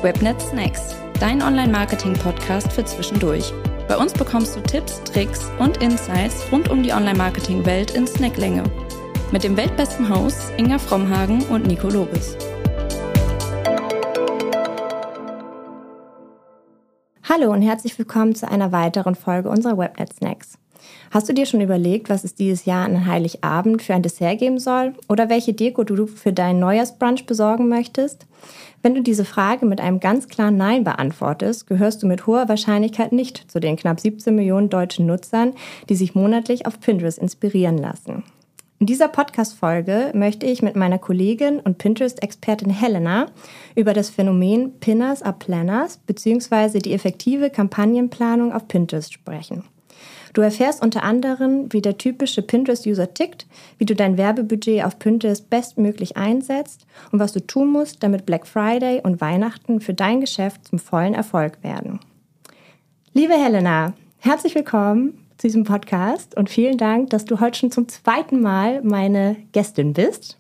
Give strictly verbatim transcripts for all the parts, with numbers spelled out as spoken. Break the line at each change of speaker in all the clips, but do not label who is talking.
Webnet Snacks, dein Online-Marketing-Podcast für zwischendurch. Bei uns bekommst du Tipps, Tricks und Insights rund um die Online-Marketing-Welt in Snacklänge. Mit dem weltbesten Hosts Inga Frommhagen und Nico Lobes.
Hallo und herzlich willkommen zu einer weiteren Folge unserer Webnet Snacks. Hast du dir schon überlegt, was es dieses Jahr an Heiligabend für ein Dessert geben soll? Oder welche Deko du für deinen Neujahrsbrunch besorgen möchtest? Wenn du diese Frage mit einem ganz klaren Nein beantwortest, gehörst du mit hoher Wahrscheinlichkeit nicht zu den knapp siebzehn Millionen deutschen Nutzern, die sich monatlich auf Pinterest inspirieren lassen. In dieser Podcast-Folge möchte ich mit meiner Kollegin und Pinterest-Expertin Helena über das Phänomen Pinners are Planners bzw. die effektive Kampagnenplanung auf Pinterest sprechen. Du erfährst unter anderem, wie der typische Pinterest-User tickt, wie du dein Werbebudget auf Pinterest bestmöglich einsetzt und was du tun musst, damit Black Friday und Weihnachten für dein Geschäft zum vollen Erfolg werden. Liebe Helena, herzlich willkommen zu diesem Podcast und vielen Dank, dass du heute schon zum zweiten Mal meine Gästin bist.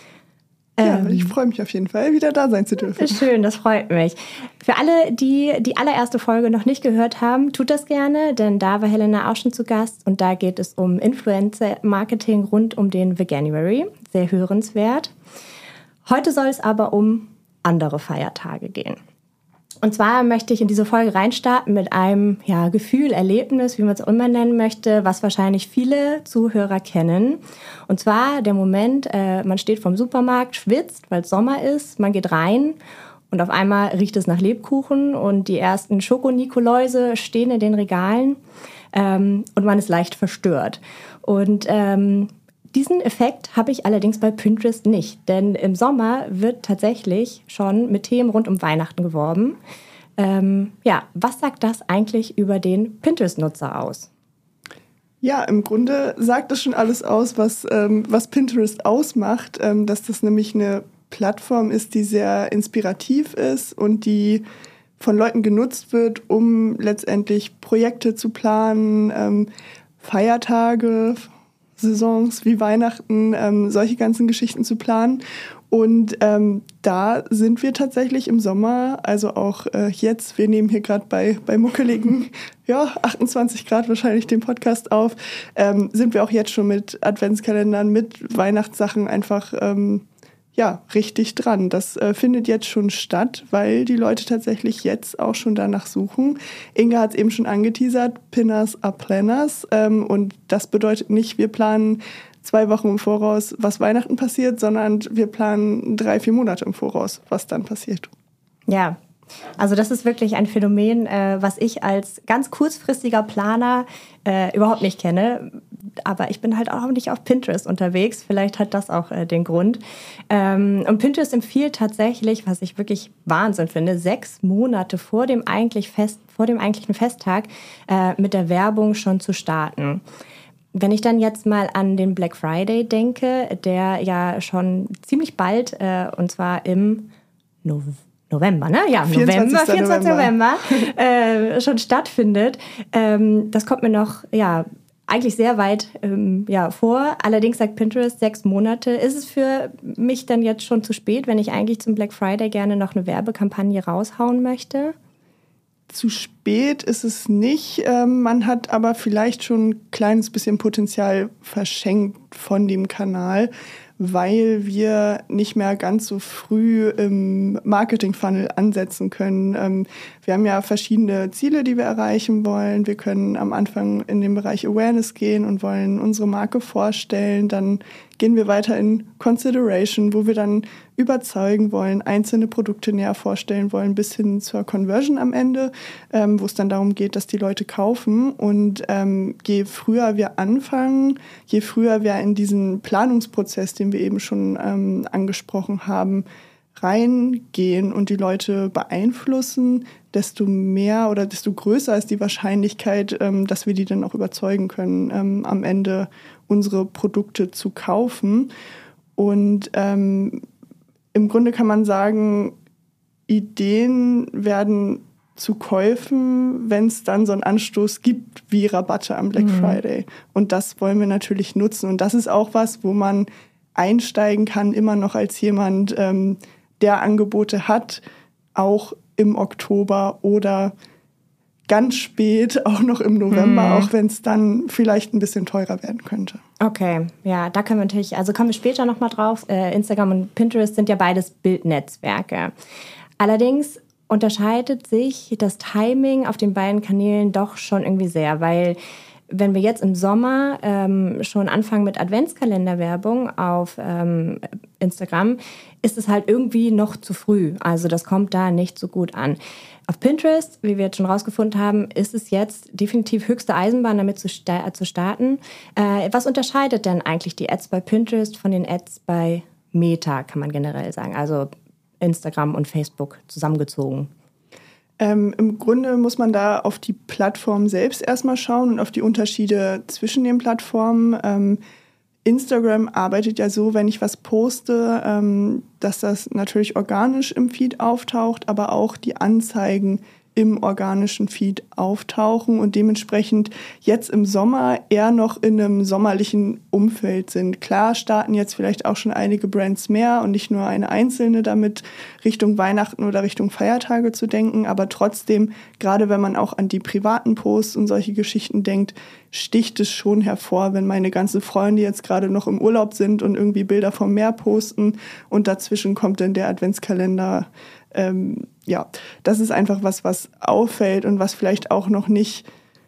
Ja, ähm, ich freue mich auf jeden Fall, wieder da sein zu dürfen.
Schön, das freut mich. Für alle, die die allererste Folge noch nicht gehört haben, tut das gerne, denn da war Helena auch schon zu Gast und da geht es um Influencer-Marketing rund um den Veganuary. Sehr hörenswert. Heute soll es aber um andere Feiertage gehen. Und zwar möchte ich in diese Folge reinstarten mit einem ja, Gefühl, Erlebnis, wie man es auch immer nennen möchte, was wahrscheinlich viele Zuhörer kennen. Und zwar der Moment, äh, man steht vorm Supermarkt, schwitzt, weil es Sommer ist, man geht rein und auf einmal riecht es nach Lebkuchen und die ersten Schoko-Nikoläuse stehen in den Regalen ähm, und man ist leicht verstört. Und ähm, diesen Effekt habe ich allerdings bei Pinterest nicht, denn im Sommer wird tatsächlich schon mit Themen rund um Weihnachten geworben. Ähm, ja, was sagt das eigentlich über den Pinterest-Nutzer aus?
Ja, im Grunde sagt das schon alles aus, was, ähm, was Pinterest ausmacht, ähm, dass das nämlich eine Plattform ist, die sehr inspirativ ist und die von Leuten genutzt wird, um letztendlich Projekte zu planen, ähm, Feiertage, Saisons wie Weihnachten, ähm, solche ganzen Geschichten zu planen. Und ähm, da sind wir tatsächlich im Sommer, also auch äh, jetzt, wir nehmen hier gerade bei, bei muckeligen ja, achtundzwanzig Grad wahrscheinlich den Podcast auf, ähm, sind wir auch jetzt schon mit Adventskalendern, mit Weihnachtssachen einfach ähm, ja, richtig dran. Das äh, findet jetzt schon statt, weil die Leute tatsächlich jetzt auch schon danach suchen. Inga hat es eben schon angeteasert, Pinners are Planners. Ähm, und das bedeutet nicht, wir planen zwei Wochen im Voraus, was Weihnachten passiert, sondern wir planen drei, vier Monate im Voraus, was dann passiert.
Ja, also das ist wirklich ein Phänomen, äh, was ich als ganz kurzfristiger Planer äh, überhaupt nicht kenne. Aber ich bin halt auch nicht auf Pinterest unterwegs. Vielleicht hat das auch äh, den Grund. Ähm, und Pinterest empfiehlt tatsächlich, was ich wirklich Wahnsinn finde, sechs Monate vor dem, eigentlich Fest, vor dem eigentlichen Festtag äh, mit der Werbung schon zu starten. Wenn ich dann jetzt mal an den Black Friday denke, der ja schon ziemlich bald, äh, und zwar im November, November, ne? Ja, November, vierundzwanzigsten November, äh, schon stattfindet. Ähm, das kommt mir noch, ja, eigentlich sehr weit ähm, ja, vor. Allerdings sagt Pinterest sechs Monate. Ist es für mich dann jetzt schon zu spät, wenn ich eigentlich zum Black Friday gerne noch eine Werbekampagne raushauen möchte?
Zu spät ist es nicht. Ähm, man hat aber vielleicht schon ein kleines bisschen Potenzial verschenkt von dem Kanal, weil wir nicht mehr ganz so früh im Marketing-Funnel ansetzen können. Ähm, wir haben ja verschiedene Ziele, die wir erreichen wollen. Wir können am Anfang in den Bereich Awareness gehen und wollen unsere Marke vorstellen. Dann gehen wir weiter in Consideration, wo wir dann überzeugen wollen, einzelne Produkte näher vorstellen wollen, bis hin zur Conversion am Ende, ähm, wo es dann darum geht, dass die Leute kaufen. Und ähm, je früher wir anfangen, je früher wir in diesen Planungsprozess, den wir eben schon ähm, angesprochen haben, reingehen und die Leute beeinflussen, desto mehr oder desto größer ist die Wahrscheinlichkeit, ähm, dass wir die dann auch überzeugen können, ähm, am Ende unsere Produkte zu kaufen. Und ähm, im Grunde kann man sagen, Ideen werden zu Käufen, wenn es dann so einen Anstoß gibt wie Rabatte am Black mhm. Friday. Und das wollen wir natürlich nutzen. Und das ist auch was, wo man einsteigen kann, immer noch als jemand, ähm, der Angebote hat, auch im Oktober oder ganz spät, auch noch im November, mhm. auch wenn es dann vielleicht ein bisschen teurer werden könnte.
Okay, ja, da können wir natürlich, also kommen wir später nochmal drauf. Äh, Instagram und Pinterest sind ja beides Bildnetzwerke. Allerdings unterscheidet sich das Timing auf den beiden Kanälen doch schon irgendwie sehr, weil wenn wir jetzt im Sommer ähm, schon anfangen mit Adventskalenderwerbung auf ähm, Instagram, ist es halt irgendwie noch zu früh. Also das kommt da nicht so gut an. Auf Pinterest, wie wir jetzt schon rausgefunden haben, ist es jetzt definitiv höchste Eisenbahn, damit zu, sta- zu starten. Äh, was unterscheidet denn eigentlich die Ads bei Pinterest von den Ads bei Meta, kann man generell sagen? Also Instagram und Facebook zusammengezogen.
Ähm, Im Grunde muss man da auf die Plattform selbst erstmal schauen und auf die Unterschiede zwischen den Plattformen. Ähm, Instagram arbeitet ja so, wenn ich was poste, ähm, dass das natürlich organisch im Feed auftaucht, aber auch die Anzeigen im organischen Feed auftauchen und dementsprechend jetzt im Sommer eher noch in einem sommerlichen Umfeld sind. Klar starten jetzt vielleicht auch schon einige Brands mehr und nicht nur eine einzelne damit, Richtung Weihnachten oder Richtung Feiertage zu denken, aber trotzdem, gerade wenn man auch an die privaten Posts und solche Geschichten denkt, sticht es schon hervor, wenn meine ganzen Freunde jetzt gerade noch im Urlaub sind und irgendwie Bilder vom Meer posten und dazwischen kommt dann der Adventskalender. Ähm, ja, das ist einfach was, was auffällt und was vielleicht auch noch nicht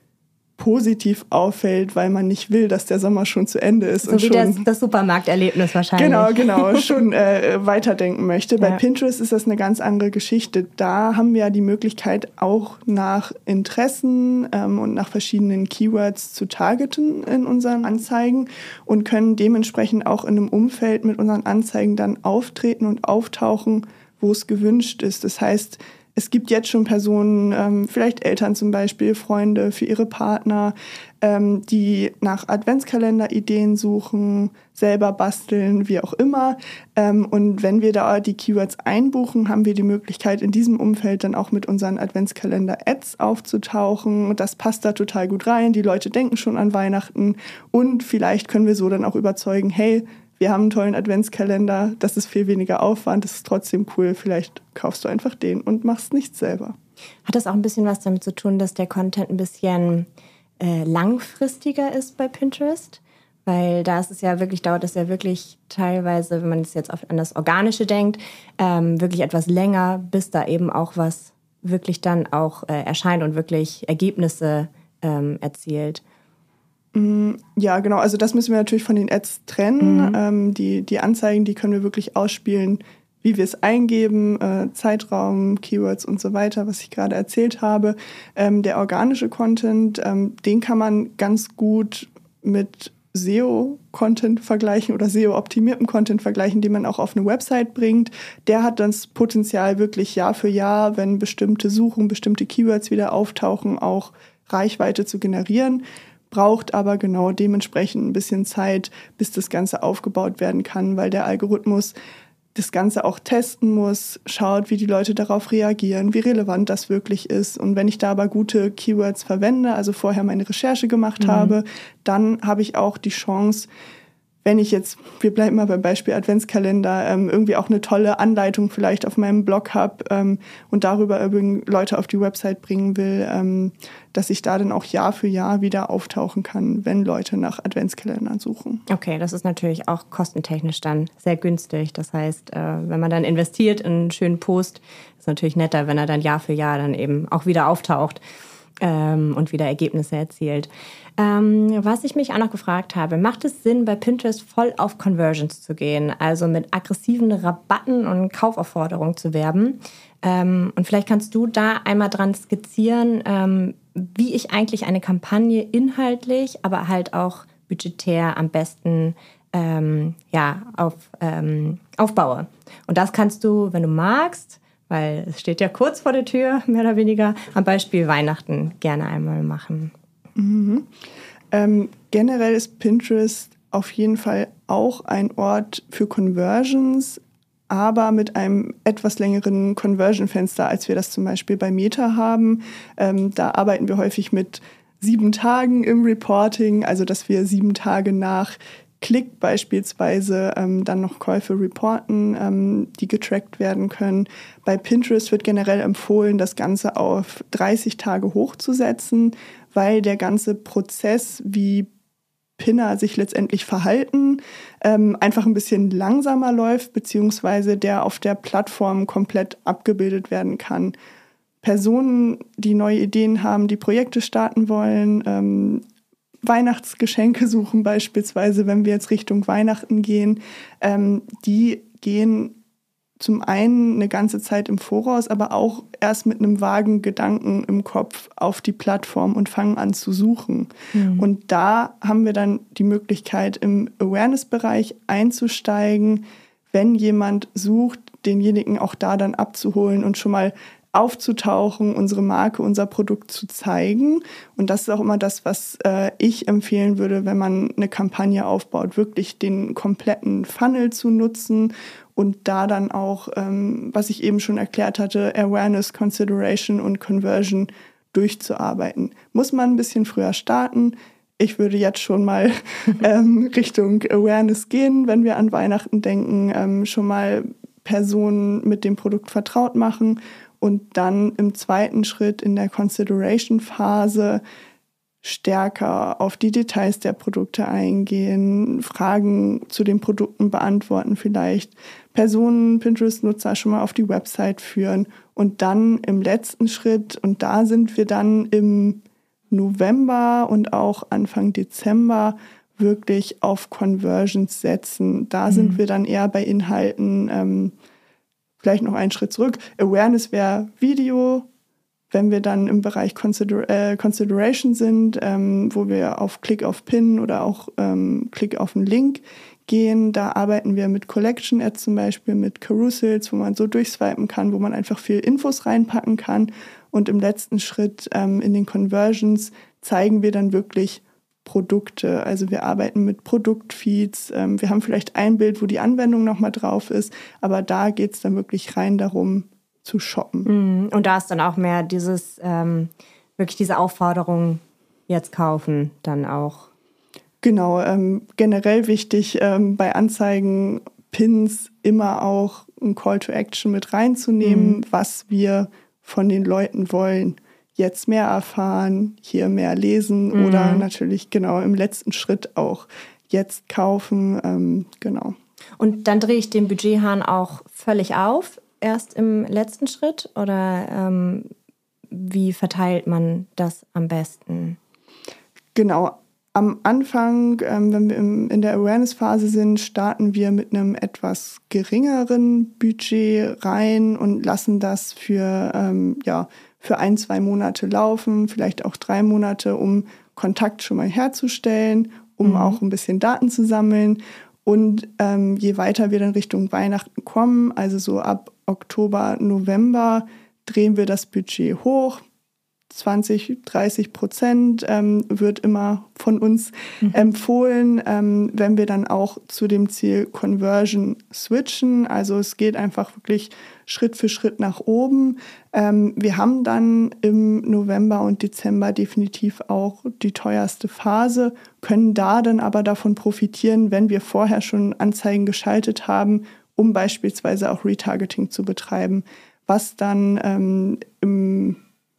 positiv auffällt, weil man nicht will, dass der Sommer schon zu Ende ist.
So
und
wie
schon,
das, das Supermarkterlebnis wahrscheinlich.
Genau, genau, schon äh, weiterdenken möchte.
Ja.
Bei Pinterest ist das eine ganz andere Geschichte. Da haben wir ja die Möglichkeit, auch nach Interessen ähm, und nach verschiedenen Keywords zu targeten in unseren Anzeigen und können dementsprechend auch in einem Umfeld mit unseren Anzeigen dann auftreten und auftauchen, wo es gewünscht ist. Das heißt, es gibt jetzt schon Personen, ähm, vielleicht Eltern zum Beispiel, Freunde für ihre Partner, ähm, die nach Adventskalender-Ideen suchen, selber basteln, wie auch immer. Ähm, und wenn wir da die Keywords einbuchen, haben wir die Möglichkeit, in diesem Umfeld dann auch mit unseren Adventskalender-Ads aufzutauchen. Und das passt da total gut rein. Die Leute denken schon an Weihnachten und vielleicht können wir so dann auch überzeugen, hey, wir haben einen tollen Adventskalender, das ist viel weniger Aufwand, das ist trotzdem cool. Vielleicht kaufst du einfach den und machst nichts selber.
Hat das auch ein bisschen was damit zu tun, dass der Content ein bisschen äh, langfristiger ist bei Pinterest? Weil da ist es ja wirklich, dauert es ja wirklich teilweise, wenn man es jetzt an das Organische denkt, ähm, wirklich etwas länger, bis da eben auch was wirklich dann auch äh, erscheint und wirklich Ergebnisse ähm, erzielt.
Ja, genau. Also das müssen wir natürlich von den Ads trennen.
Mhm.
Ähm, die, die Anzeigen, die können wir wirklich ausspielen, wie wir es eingeben, äh, Zeitraum, Keywords und so weiter, was ich gerade erzählt habe. Ähm, der organische Content, ähm, den kann man ganz gut mit S E O-Content vergleichen oder S E O-optimiertem Content vergleichen, den man auch auf eine Website bringt. Der hat das Potenzial wirklich Jahr für Jahr, wenn bestimmte Suchen, bestimmte Keywords wieder auftauchen, auch Reichweite zu generieren. Braucht aber genau dementsprechend ein bisschen Zeit, bis das Ganze aufgebaut werden kann, weil der Algorithmus das Ganze auch testen muss, schaut, wie die Leute darauf reagieren, wie relevant das wirklich ist. Und wenn ich da aber gute Keywords verwende, also vorher meine Recherche gemacht mhm. habe, dann habe ich auch die Chance, wenn ich jetzt, wir bleiben mal beim Beispiel Adventskalender, ähm, irgendwie auch eine tolle Anleitung vielleicht auf meinem Blog habe ähm, und darüber Leute auf die Website bringen will, ähm, dass ich da dann auch Jahr für Jahr wieder auftauchen kann, wenn Leute nach Adventskalendern suchen.
Okay, das ist natürlich auch kostentechnisch dann sehr günstig. Das heißt, äh, wenn man dann investiert in einen schönen Post, ist natürlich netter, wenn er dann Jahr für Jahr dann eben auch wieder auftaucht ähm, und wieder Ergebnisse erzielt. Ähm, was ich mich auch noch gefragt habe, macht es Sinn, bei Pinterest voll auf Conversions zu gehen, also mit aggressiven Rabatten und Kaufaufforderungen zu werben? Ähm, und vielleicht kannst du da einmal dran skizzieren, ähm, wie ich eigentlich eine Kampagne inhaltlich, aber halt auch budgetär am besten ähm, ja, auf, ähm, aufbaue. Und das kannst du, wenn du magst, weil es steht ja kurz vor der Tür, mehr oder weniger, am Beispiel Weihnachten gerne einmal machen.
Mhm. Ähm, generell ist Pinterest auf jeden Fall auch ein Ort für Conversions, aber mit einem etwas längeren Conversion-Fenster, als wir das zum Beispiel bei Meta haben. Ähm, da arbeiten wir häufig mit sieben Tagen im Reporting, also dass wir sieben Tage nach Klick beispielsweise ähm, dann noch Käufe reporten, ähm, die getrackt werden können. Bei Pinterest wird generell empfohlen, das Ganze auf dreißig Tage hochzusetzen, weil der ganze Prozess, wie Pinner sich letztendlich verhalten, ähm, einfach ein bisschen langsamer läuft, beziehungsweise der auf der Plattform komplett abgebildet werden kann. Personen, die neue Ideen haben, die Projekte starten wollen, ähm, Weihnachtsgeschenke suchen beispielsweise, wenn wir jetzt Richtung Weihnachten gehen, ähm, die gehen zum einen eine ganze Zeit im Voraus, aber auch erst mit einem vagen Gedanken im Kopf auf die Plattform und fangen an zu suchen. Mhm. Und da haben wir dann die Möglichkeit, im Awareness-Bereich einzusteigen, wenn jemand sucht, denjenigen auch da dann abzuholen und schon mal aufzutauchen, unsere Marke, unser Produkt zu zeigen. Und das ist auch immer das, was äh, ich empfehlen würde, wenn man eine Kampagne aufbaut, wirklich den kompletten Funnel zu nutzen und da dann auch, ähm, was ich eben schon erklärt hatte, Awareness, Consideration und Conversion durchzuarbeiten. Muss man ein bisschen früher starten. Ich würde jetzt schon mal ähm, Richtung Awareness gehen, wenn wir an Weihnachten denken, ähm, schon mal Personen mit dem Produkt vertraut machen und dann im zweiten Schritt in der Consideration-Phase stärker auf die Details der Produkte eingehen, Fragen zu den Produkten beantworten vielleicht, Personen, Pinterest-Nutzer schon mal auf die Website führen und dann im letzten Schritt, und da sind wir dann im November und auch Anfang Dezember, wirklich auf Conversions setzen. Da mhm. sind wir dann eher bei Inhalten, ähm, vielleicht noch einen Schritt zurück. Awareness wäre Video. Wenn wir dann im Bereich Consider- äh, Consideration sind, ähm, wo wir auf Klick auf Pin oder auch ähm, Klick auf einen Link gehen, da arbeiten wir mit Collection Ads zum Beispiel, mit Carousels, wo man so durchswipen kann, wo man einfach viel Infos reinpacken kann. Und im letzten Schritt ähm, in den Conversions zeigen wir dann wirklich Produkte. Also wir arbeiten mit Produktfeeds. Ähm, wir haben vielleicht ein Bild, wo die Anwendung nochmal drauf ist, aber da geht es dann wirklich rein darum, zu shoppen.
Und da ist dann auch mehr dieses, ähm, wirklich diese Aufforderung, jetzt kaufen, dann auch.
Genau, ähm, generell wichtig ähm, bei Anzeigen, Pins immer auch ein Call to Action mit reinzunehmen, mhm. was wir von den Leuten wollen. Jetzt mehr erfahren, hier mehr lesen mhm. oder natürlich genau im letzten Schritt auch jetzt kaufen. Ähm, genau.
Und dann drehe ich den Budgethahn auch völlig auf, erst im letzten Schritt, oder ähm, wie verteilt man das am besten?
Genau. Am Anfang, ähm, wenn wir im, in der Awareness-Phase sind, starten wir mit einem etwas geringeren Budget rein und lassen das für, ähm, ja, für ein, zwei Monate laufen, vielleicht auch drei Monate, um Kontakt schon mal herzustellen, um mhm. auch ein bisschen Daten zu sammeln. Und ähm, je weiter wir dann Richtung Weihnachten kommen, also so ab Oktober, November, drehen wir das Budget hoch. zwanzig, dreißig Prozent ähm, wird immer von uns mhm. empfohlen, ähm, wenn wir dann auch zu dem Ziel Conversion switchen. Also es geht einfach wirklich Schritt für Schritt nach oben. Ähm, wir haben dann im November und Dezember definitiv auch die teuerste Phase, können da dann aber davon profitieren, wenn wir vorher schon Anzeigen geschaltet haben, um beispielsweise auch Retargeting zu betreiben, was dann ähm, im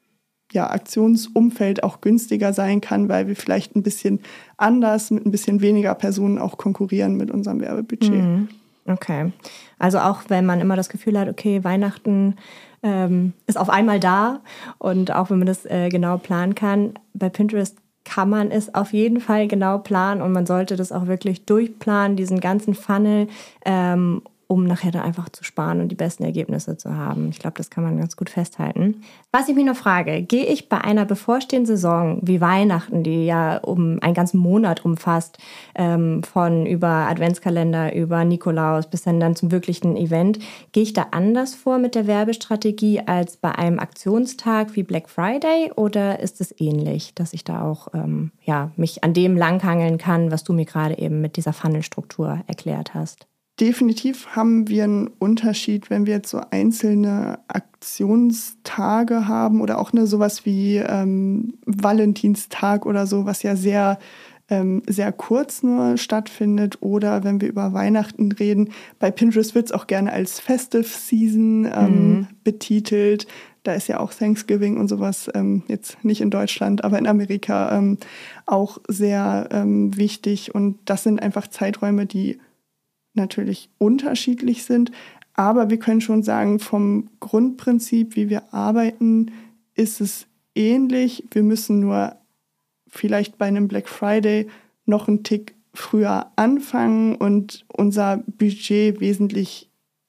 ja, Aktionsumfeld auch günstiger sein kann, weil wir vielleicht ein bisschen anders, mit ein bisschen weniger Personen auch konkurrieren mit unserem Werbebudget.
Mhm. Okay. Also auch wenn man immer das Gefühl hat, okay, Weihnachten ähm, ist auf einmal da, und auch wenn man das äh, genau planen kann, bei Pinterest kann man es auf jeden Fall genau planen, und man sollte das auch wirklich durchplanen, diesen ganzen Funnel, ähm, um nachher dann einfach zu sparen und die besten Ergebnisse zu haben. Ich glaube, das kann man ganz gut festhalten. Was ich mich noch frage, gehe ich bei einer bevorstehenden Saison wie Weihnachten, die ja um einen ganzen Monat umfasst, ähm, von über Adventskalender, über Nikolaus bis dann, dann zum wirklichen Event, gehe ich da anders vor mit der Werbestrategie als bei einem Aktionstag wie Black Friday, oder ist es ähnlich, dass ich da auch ähm, ja, mich an dem langhangeln kann, was du mir gerade eben mit dieser Funnelstruktur erklärt hast?
Definitiv haben wir einen Unterschied, wenn wir jetzt so einzelne Aktionstage haben oder auch eine sowas wie ähm, Valentinstag oder so, was ja sehr ähm, sehr kurz nur stattfindet. Oder wenn wir über Weihnachten reden, bei Pinterest wird es auch gerne als Festive Season ähm, mhm. betitelt. Da ist ja auch Thanksgiving und sowas, ähm, jetzt nicht in Deutschland, aber in Amerika ähm, auch sehr ähm, wichtig. Und das sind einfach Zeiträume, die natürlich unterschiedlich sind. Aber wir können schon sagen, vom Grundprinzip, wie wir arbeiten, ist es ähnlich. Wir müssen nur vielleicht bei einem Black Friday noch einen Tick früher anfangen und unser Budget wesentlich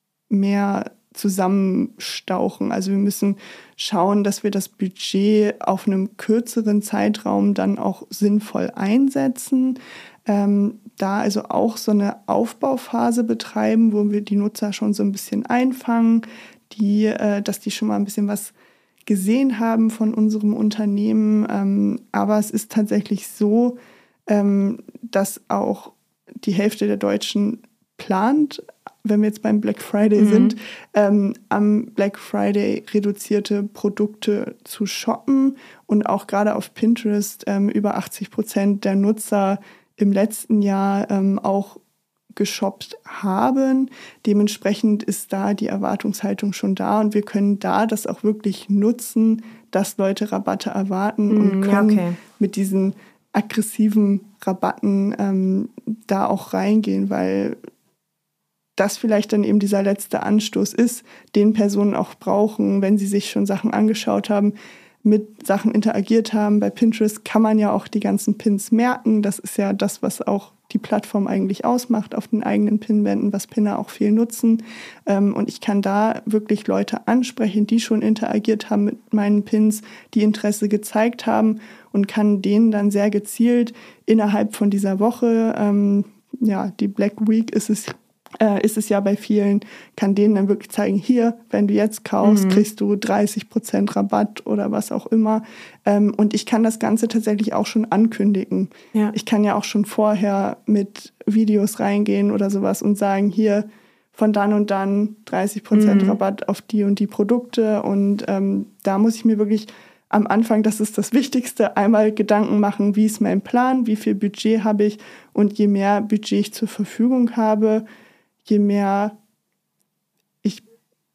mehr zusammenstauchen. Also wir müssen schauen, dass wir das Budget auf einem kürzeren Zeitraum dann auch sinnvoll einsetzen. Ähm, da also auch so eine Aufbauphase betreiben, wo wir die Nutzer schon so ein bisschen einfangen, die, äh, dass die schon mal ein bisschen was gesehen haben von unserem Unternehmen. Ähm, aber es ist tatsächlich so, ähm, dass auch die Hälfte der Deutschen plant, wenn wir jetzt beim Black Friday mhm. sind, ähm, am Black Friday reduzierte Produkte zu shoppen. Und auch gerade auf Pinterest ähm, über achtzig Prozent der Nutzer im letzten Jahr ähm, auch geshoppt haben. Dementsprechend ist da die Erwartungshaltung schon da und wir können da das auch wirklich nutzen, dass Leute Rabatte erwarten mm, und können okay. mit diesen aggressiven Rabatten ähm, da auch reingehen, weil das vielleicht dann eben dieser letzte Anstoß ist, den Personen auch brauchen, wenn sie sich schon Sachen angeschaut haben, mit Sachen interagiert haben. Bei Pinterest kann man ja auch die ganzen Pins merken. Das ist ja das, was auch die Plattform eigentlich ausmacht auf den eigenen Pinwänden, was Pinner auch viel nutzen. Und ich kann da wirklich Leute ansprechen, die schon interagiert haben mit meinen Pins, die Interesse gezeigt haben und kann denen dann sehr gezielt innerhalb von dieser Woche, ähm, ja, die Black Week ist es Äh, ist es ja bei vielen, kann denen dann wirklich zeigen, hier, wenn du jetzt kaufst, mhm. kriegst du dreißig Prozent Rabatt oder was auch immer. Ähm, und ich kann das Ganze tatsächlich auch schon ankündigen. Ja. Ich kann ja auch schon vorher mit Videos reingehen oder sowas und sagen, hier, von dann und dann dreißig Prozent mhm. Rabatt auf die und die Produkte. Und ähm, da muss ich mir wirklich am Anfang, das ist das Wichtigste, einmal Gedanken machen, wie ist mein Plan, wie viel Budget habe ich. Und je mehr Budget ich zur Verfügung habe, je mehr ich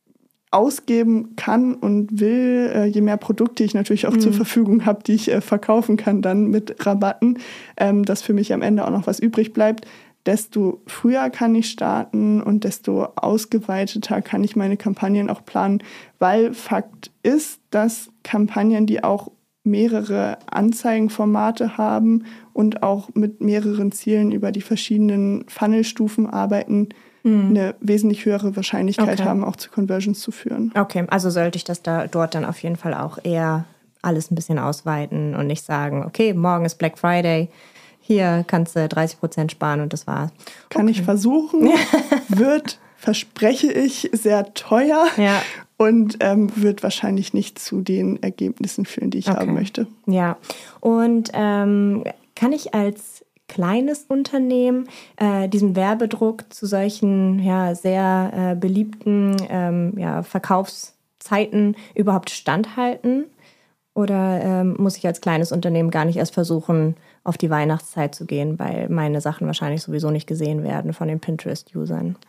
ausgeben kann und will, äh, je mehr Produkte ich natürlich auch mhm. zur Verfügung habe, die ich äh, verkaufen kann dann mit Rabatten, ähm, dass für mich am Ende auch noch was übrig bleibt, desto früher kann ich starten und desto ausgeweiteter kann ich meine Kampagnen auch planen, weil Fakt ist, dass Kampagnen, die auch mehrere Anzeigenformate haben und auch mit mehreren Zielen über die verschiedenen Funnelstufen arbeiten, eine wesentlich höhere Wahrscheinlichkeit okay. haben, auch zu Conversions zu führen.
Okay, also sollte ich das da dort dann auf jeden Fall auch eher alles ein bisschen ausweiten und nicht sagen, okay, morgen ist Black Friday, hier kannst du dreißig Prozent sparen und das war's.
Kann
okay.
ich versuchen, wird, verspreche ich, sehr teuer
ja.
und ähm, wird wahrscheinlich nicht zu den Ergebnissen führen, die ich okay. haben möchte.
Ja, und ähm, kann ich als kleines Unternehmen äh, diesen Werbedruck zu solchen ja, sehr äh, beliebten ähm, ja, Verkaufszeiten überhaupt standhalten? Oder ähm, muss ich als kleines Unternehmen gar nicht erst versuchen, auf die Weihnachtszeit zu gehen, weil meine Sachen wahrscheinlich sowieso nicht gesehen werden von den Pinterest-Usern?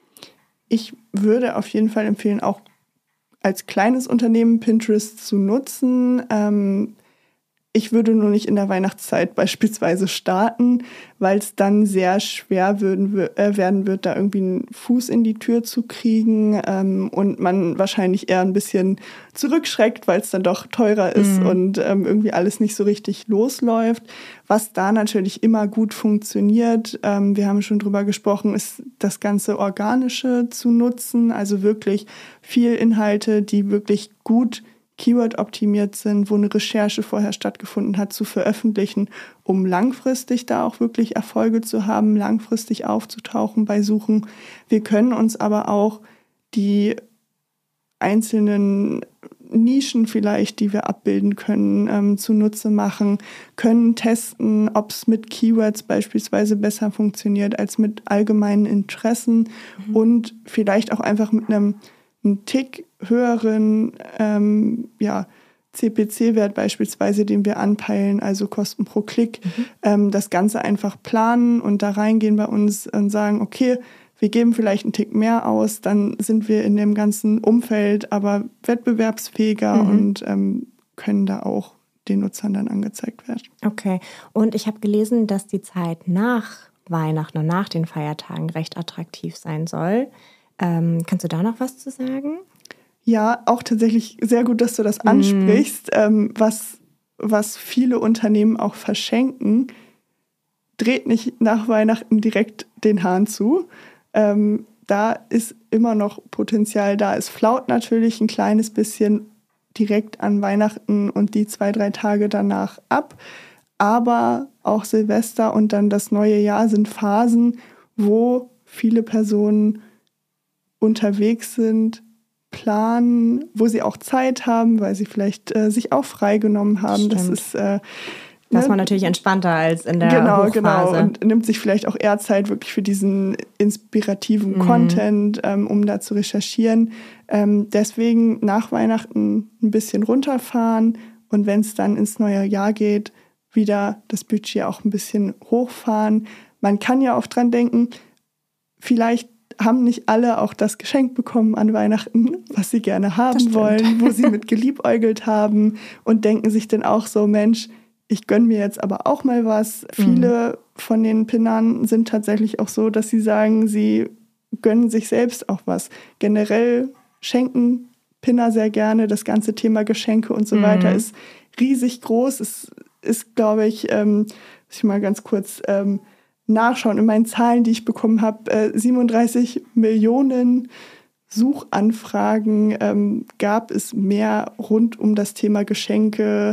Ich würde auf jeden Fall empfehlen, auch als kleines Unternehmen Pinterest zu nutzen. Ähm, Ich würde nur nicht in der Weihnachtszeit beispielsweise starten, weil es dann sehr schwer würden, äh, werden wird, da irgendwie einen Fuß in die Tür zu kriegen ähm, und man wahrscheinlich eher ein bisschen zurückschreckt, weil es dann doch teurer ist mhm. und ähm, irgendwie alles nicht so richtig losläuft. Was da natürlich immer gut funktioniert, ähm, wir haben schon drüber gesprochen, ist das ganze Organische zu nutzen, also wirklich viel Inhalte, die wirklich gut Keyword-optimiert sind, wo eine Recherche vorher stattgefunden hat, zu veröffentlichen, um langfristig da auch wirklich Erfolge zu haben, langfristig aufzutauchen bei Suchen. Wir können uns aber auch die einzelnen Nischen vielleicht, die wir abbilden können, ähm, zunutze machen, können testen, ob es mit Keywords beispielsweise besser funktioniert als mit allgemeinen Interessen mhm. und vielleicht auch einfach mit einem einen Tick höheren ähm, ja, C P C-Wert beispielsweise, den wir anpeilen, also Kosten pro Klick, mhm. ähm, das Ganze einfach planen und da reingehen bei uns und sagen, okay, wir geben vielleicht einen Tick mehr aus, dann sind wir in dem ganzen Umfeld aber wettbewerbsfähiger mhm. und ähm, können da auch den Nutzern dann angezeigt werden.
Okay, und ich habe gelesen, dass die Zeit nach Weihnachten und nach den Feiertagen recht attraktiv sein soll. Ähm, kannst du da noch was zu sagen?
Ja, auch tatsächlich sehr gut, dass du das ansprichst. Mm. Ähm, was, was viele Unternehmen auch verschenken, dreht nicht nach Weihnachten direkt den Hahn zu. Ähm, da ist immer noch Potenzial da. Es flaut natürlich ein kleines bisschen direkt an Weihnachten und die zwei, drei Tage danach ab. Aber auch Silvester und dann das neue Jahr sind Phasen, wo viele Personen unterwegs sind, planen, wo sie auch Zeit haben, weil sie vielleicht äh, sich auch freigenommen haben.
Stimmt.
Das ist äh,
Das war natürlich entspannter als in der
genau,
Hochphase.
Genau, und nimmt sich vielleicht auch eher Zeit wirklich für diesen inspirativen mhm. Content, ähm, um da zu recherchieren. Ähm, deswegen nach Weihnachten ein bisschen runterfahren und wenn es dann ins neue Jahr geht, wieder das Budget auch ein bisschen hochfahren. Man kann ja auch dran denken, vielleicht haben nicht alle auch das Geschenk bekommen an Weihnachten, was sie gerne haben wollen, wo sie mit geliebäugelt haben und denken sich dann auch so, Mensch, ich gönne mir jetzt aber auch mal was. Mhm. Viele von den Pinnern sind tatsächlich auch so, dass sie sagen, sie gönnen sich selbst auch was. Generell schenken Pinner sehr gerne. Das ganze Thema Geschenke und so mhm. weiter ist riesig groß. Es ist, glaube ich, ähm, muss ich mal ganz kurz ähm, nachschauen, in meinen Zahlen, die ich bekommen habe, äh, siebenunddreißig Millionen Suchanfragen ähm, gab es mehr rund um das Thema Geschenke,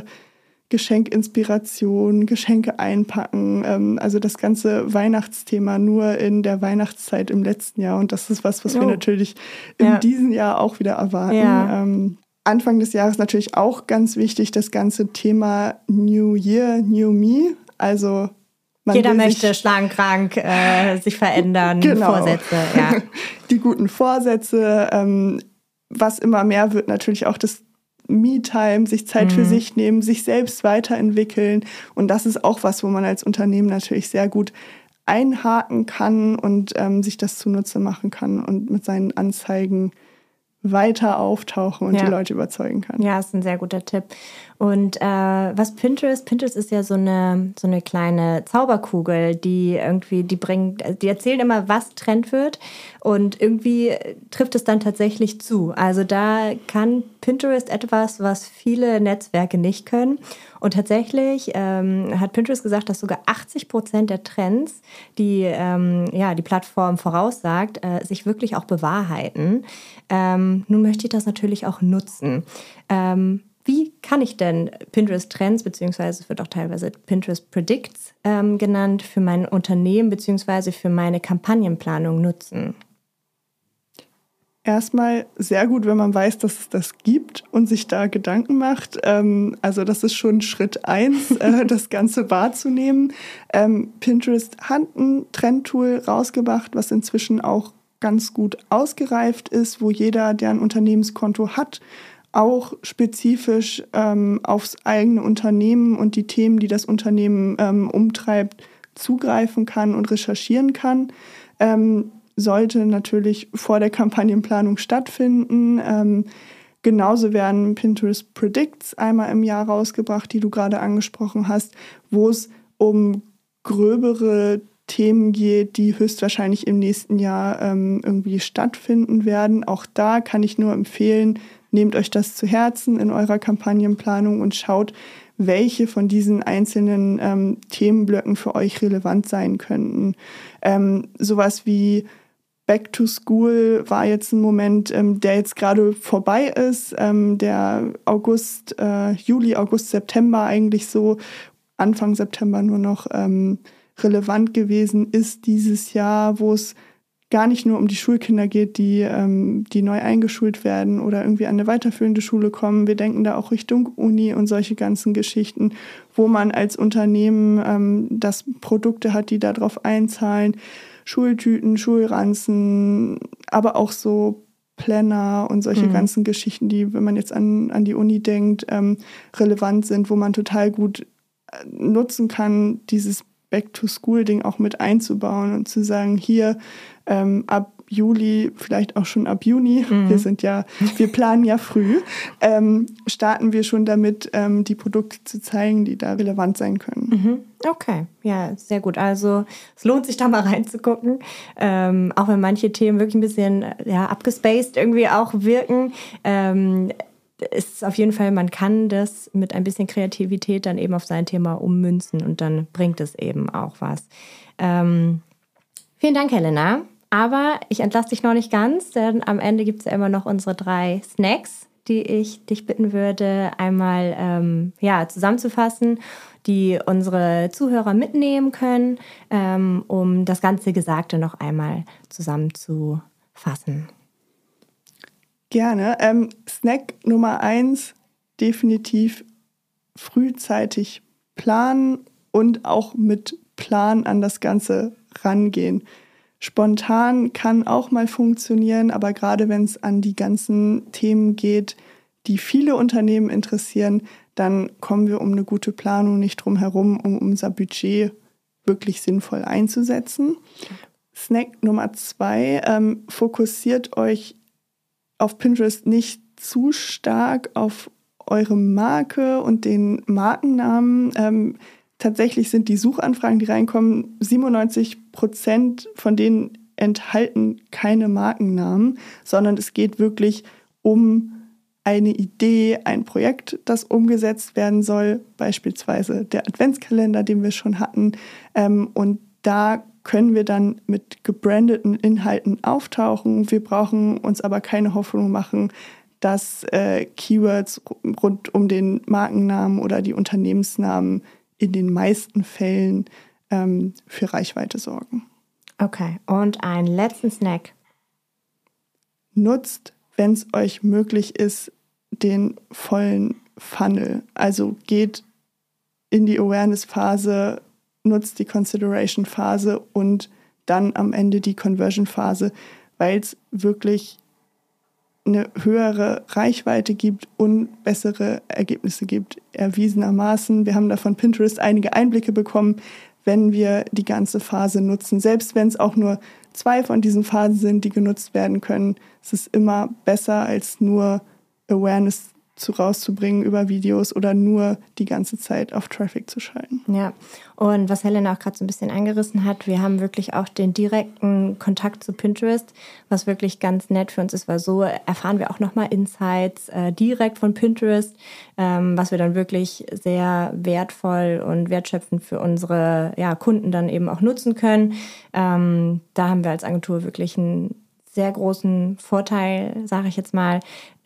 Geschenkinspiration, Geschenke einpacken, ähm, also das ganze Weihnachtsthema nur in der Weihnachtszeit im letzten Jahr. Und das ist was, was oh. wir natürlich in ja. diesem Jahr auch wieder erwarten. Ja. Ähm, Anfang des Jahres natürlich auch ganz wichtig, das ganze Thema New Year, New Me, also Man
Jeder möchte schlank, krank, äh, sich verändern, genau. Vorsätze. Ja.
Die guten Vorsätze, ähm, was immer mehr wird, natürlich auch das Me-Time, sich Zeit mhm. für sich nehmen, sich selbst weiterentwickeln. Und das ist auch was, wo man als Unternehmen natürlich sehr gut einhaken kann und ähm, sich das zunutze machen kann und mit seinen Anzeigen weiter auftauchen und ja. die Leute überzeugen kann.
Ja, ist ein sehr guter Tipp. Und äh, was Pinterest, Pinterest ist ja so eine, so eine kleine Zauberkugel, die irgendwie, die bringt, die erzählen immer, was Trend wird und irgendwie trifft es dann tatsächlich zu. Also da kann Pinterest etwas, was viele Netzwerke nicht können. Und tatsächlich ähm, hat Pinterest gesagt, dass sogar achtzig Prozent der Trends, die ähm, ja, die Plattform voraussagt, äh, sich wirklich auch bewahrheiten. Ähm, nun möchte ich das natürlich auch nutzen. Ähm, Wie kann ich denn Pinterest Trends, beziehungsweise es wird auch teilweise Pinterest Predicts ähm, genannt, für mein Unternehmen beziehungsweise für meine Kampagnenplanung nutzen?
Erstmal sehr gut, wenn man weiß, dass es das gibt und sich da Gedanken macht. Ähm, also das ist schon Schritt eins, äh, das Ganze wahrzunehmen. Ähm, Pinterest hat ein Trendtool rausgebracht, was inzwischen auch ganz gut ausgereift ist, wo jeder, der ein Unternehmenskonto hat, auch spezifisch ähm, aufs eigene Unternehmen und die Themen, die das Unternehmen ähm, umtreibt, zugreifen kann und recherchieren kann. Ähm, sollte natürlich vor der Kampagnenplanung stattfinden. Ähm, genauso werden Pinterest Predicts einmal im Jahr rausgebracht, die du gerade angesprochen hast, wo es um gröbere Themen geht, die höchstwahrscheinlich im nächsten Jahr ähm, irgendwie stattfinden werden. Auch da kann ich nur empfehlen, nehmt euch das zu Herzen in eurer Kampagnenplanung und schaut, welche von diesen einzelnen ähm, Themenblöcken für euch relevant sein könnten. Ähm, sowas wie Back to School war jetzt ein Moment, ähm, der jetzt gerade vorbei ist. Ähm, der August, äh, Juli, August, September eigentlich so, Anfang September nur noch ähm, relevant gewesen ist dieses Jahr, wo es gar nicht nur um die Schulkinder geht, die, ähm, die neu eingeschult werden oder irgendwie an eine weiterführende Schule kommen. Wir denken da auch Richtung Uni und solche ganzen Geschichten, wo man als Unternehmen ähm, das Produkte hat, die darauf einzahlen. Schultüten, Schulranzen, aber auch so Planner und solche mhm. ganzen Geschichten, die, wenn man jetzt an, an die Uni denkt, ähm, relevant sind, wo man total gut nutzen kann, dieses Back-to-School-Ding auch mit einzubauen und zu sagen, hier ähm, ab Juli, vielleicht auch schon ab Juni, mhm. wir sind ja, wir planen ja früh, ähm, starten wir schon damit, ähm, die Produkte zu zeigen, die da relevant sein können.
Mhm. Okay, ja, sehr gut. Also es lohnt sich da mal reinzugucken, ähm, auch wenn manche Themen wirklich ein bisschen ja, abgespaced irgendwie auch wirken. Ähm, ist auf jeden Fall, man kann das mit ein bisschen Kreativität dann eben auf sein Thema ummünzen und dann bringt es eben auch was. Ähm, vielen Dank, Helena. Aber ich entlasse dich noch nicht ganz, denn am Ende gibt es ja immer noch unsere drei Snacks, die ich dich bitten würde, einmal ähm, ja, zusammenzufassen, die unsere Zuhörer mitnehmen können, ähm, um das ganze Gesagte noch einmal zusammenzufassen.
Gerne. Ähm, Snack Nummer eins, definitiv frühzeitig planen und auch mit Plan an das Ganze rangehen. Spontan kann auch mal funktionieren, aber gerade wenn es an die ganzen Themen geht, die viele Unternehmen interessieren, dann kommen wir um eine gute Planung nicht drum herum, um unser Budget wirklich sinnvoll einzusetzen. Snack Nummer zwei, ähm, fokussiert euch auf Pinterest nicht zu stark auf eure Marke und den Markennamen. Ähm, tatsächlich sind die Suchanfragen, die reinkommen, siebenundneunzig Prozent von denen enthalten keine Markennamen, sondern es geht wirklich um eine Idee, ein Projekt, das umgesetzt werden soll, beispielsweise der Adventskalender, den wir schon hatten. Ähm, und da können wir dann mit gebrandeten Inhalten auftauchen. Wir brauchen uns aber keine Hoffnung machen, dass äh, Keywords rund um den Markennamen oder die Unternehmensnamen in den meisten Fällen ähm, für Reichweite sorgen.
Okay, und einen letzten Snack.
Nutzt, wenn es euch möglich ist, den vollen Funnel. Also geht in die Awareness-Phase, nutzt die Consideration-Phase und dann am Ende die Conversion-Phase, weil es wirklich eine höhere Reichweite gibt und bessere Ergebnisse gibt, erwiesenermaßen. Wir haben da von Pinterest einige Einblicke bekommen, wenn wir die ganze Phase nutzen. Selbst wenn es auch nur zwei von diesen Phasen sind, die genutzt werden können, es ist immer besser, als nur Awareness zu rauszubringen über Videos oder nur die ganze Zeit auf Traffic zu schalten.
Ja, und was Helena auch gerade so ein bisschen angerissen hat, wir haben wirklich auch den direkten Kontakt zu Pinterest, was wirklich ganz nett für uns ist, weil so erfahren wir auch nochmal Insights äh, direkt von Pinterest, ähm, was wir dann wirklich sehr wertvoll und wertschöpfend für unsere ja, Kunden dann eben auch nutzen können. Ähm, da haben wir als Agentur wirklich einen sehr großen Vorteil, sage ich jetzt mal.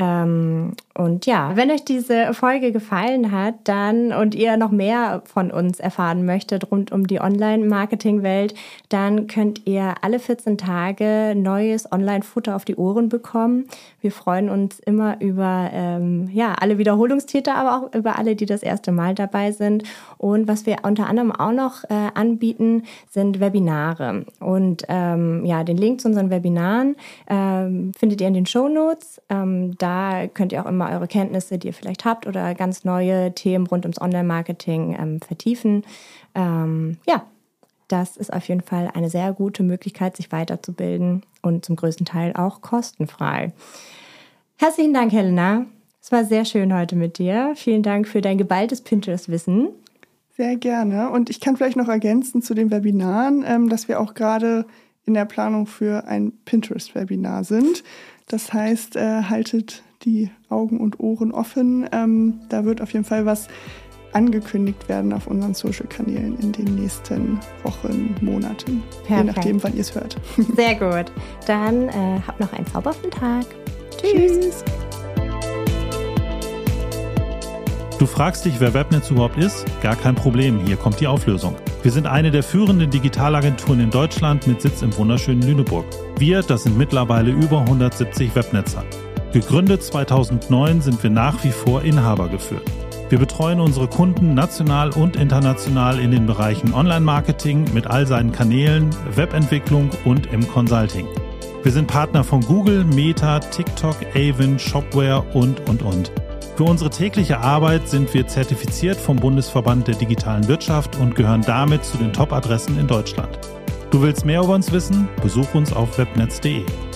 Ähm, und ja, wenn euch diese Folge gefallen hat, dann und ihr noch mehr von uns erfahren möchtet rund um die Online-Marketing-Welt, dann könnt ihr alle vierzehn Tage neues Online-Futter auf die Ohren bekommen. Wir freuen uns immer über ähm, ja, alle Wiederholungstäter, aber auch über alle, die das erste Mal dabei sind. Und was wir unter anderem auch noch äh, anbieten, sind Webinare. Und ähm, ja, den Link zu unseren Webinaren ähm, findet ihr in den Shownotes. Ähm, da könnt ihr auch immer eure Kenntnisse, die ihr vielleicht habt oder ganz neue Themen rund ums Online-Marketing ähm, vertiefen. Ähm, ja, das ist auf jeden Fall eine sehr gute Möglichkeit, sich weiterzubilden und zum größten Teil auch kostenfrei. Herzlichen Dank, Helena. Es war sehr schön heute mit dir. Vielen Dank für dein geballtes Pinterest-Wissen.
Sehr gerne. Und ich kann vielleicht noch ergänzen zu den Webinaren, ähm, dass wir auch gerade in der Planung für ein Pinterest-Webinar sind. Das heißt, äh, haltet die Augen und Ohren offen. Ähm, da wird auf jeden Fall was angekündigt werden auf unseren Social-Kanälen in den nächsten Wochen, Monaten. Perfekt. Je nachdem, wann ihr es hört.
Sehr gut. Dann äh, habt noch einen zauberhaften Tag. Tschüss. Tschüss.
Du fragst dich, wer Webnetz überhaupt ist? Gar kein Problem, hier kommt die Auflösung. Wir sind eine der führenden Digitalagenturen in Deutschland mit Sitz im wunderschönen Lüneburg. Wir, das sind mittlerweile über hundertsiebzig Webnetzer. Gegründet zweitausendneun sind wir nach wie vor Inhaber geführt. Wir betreuen unsere Kunden national und international in den Bereichen Online-Marketing mit all seinen Kanälen, Webentwicklung und im Consulting. Wir sind Partner von Google, Meta, TikTok, Avon, Shopware und, und, und. Für unsere tägliche Arbeit sind wir zertifiziert vom Bundesverband der digitalen Wirtschaft und gehören damit zu den Top-Adressen in Deutschland. Du willst mehr über uns wissen? Besuch uns auf webnetz punkt de.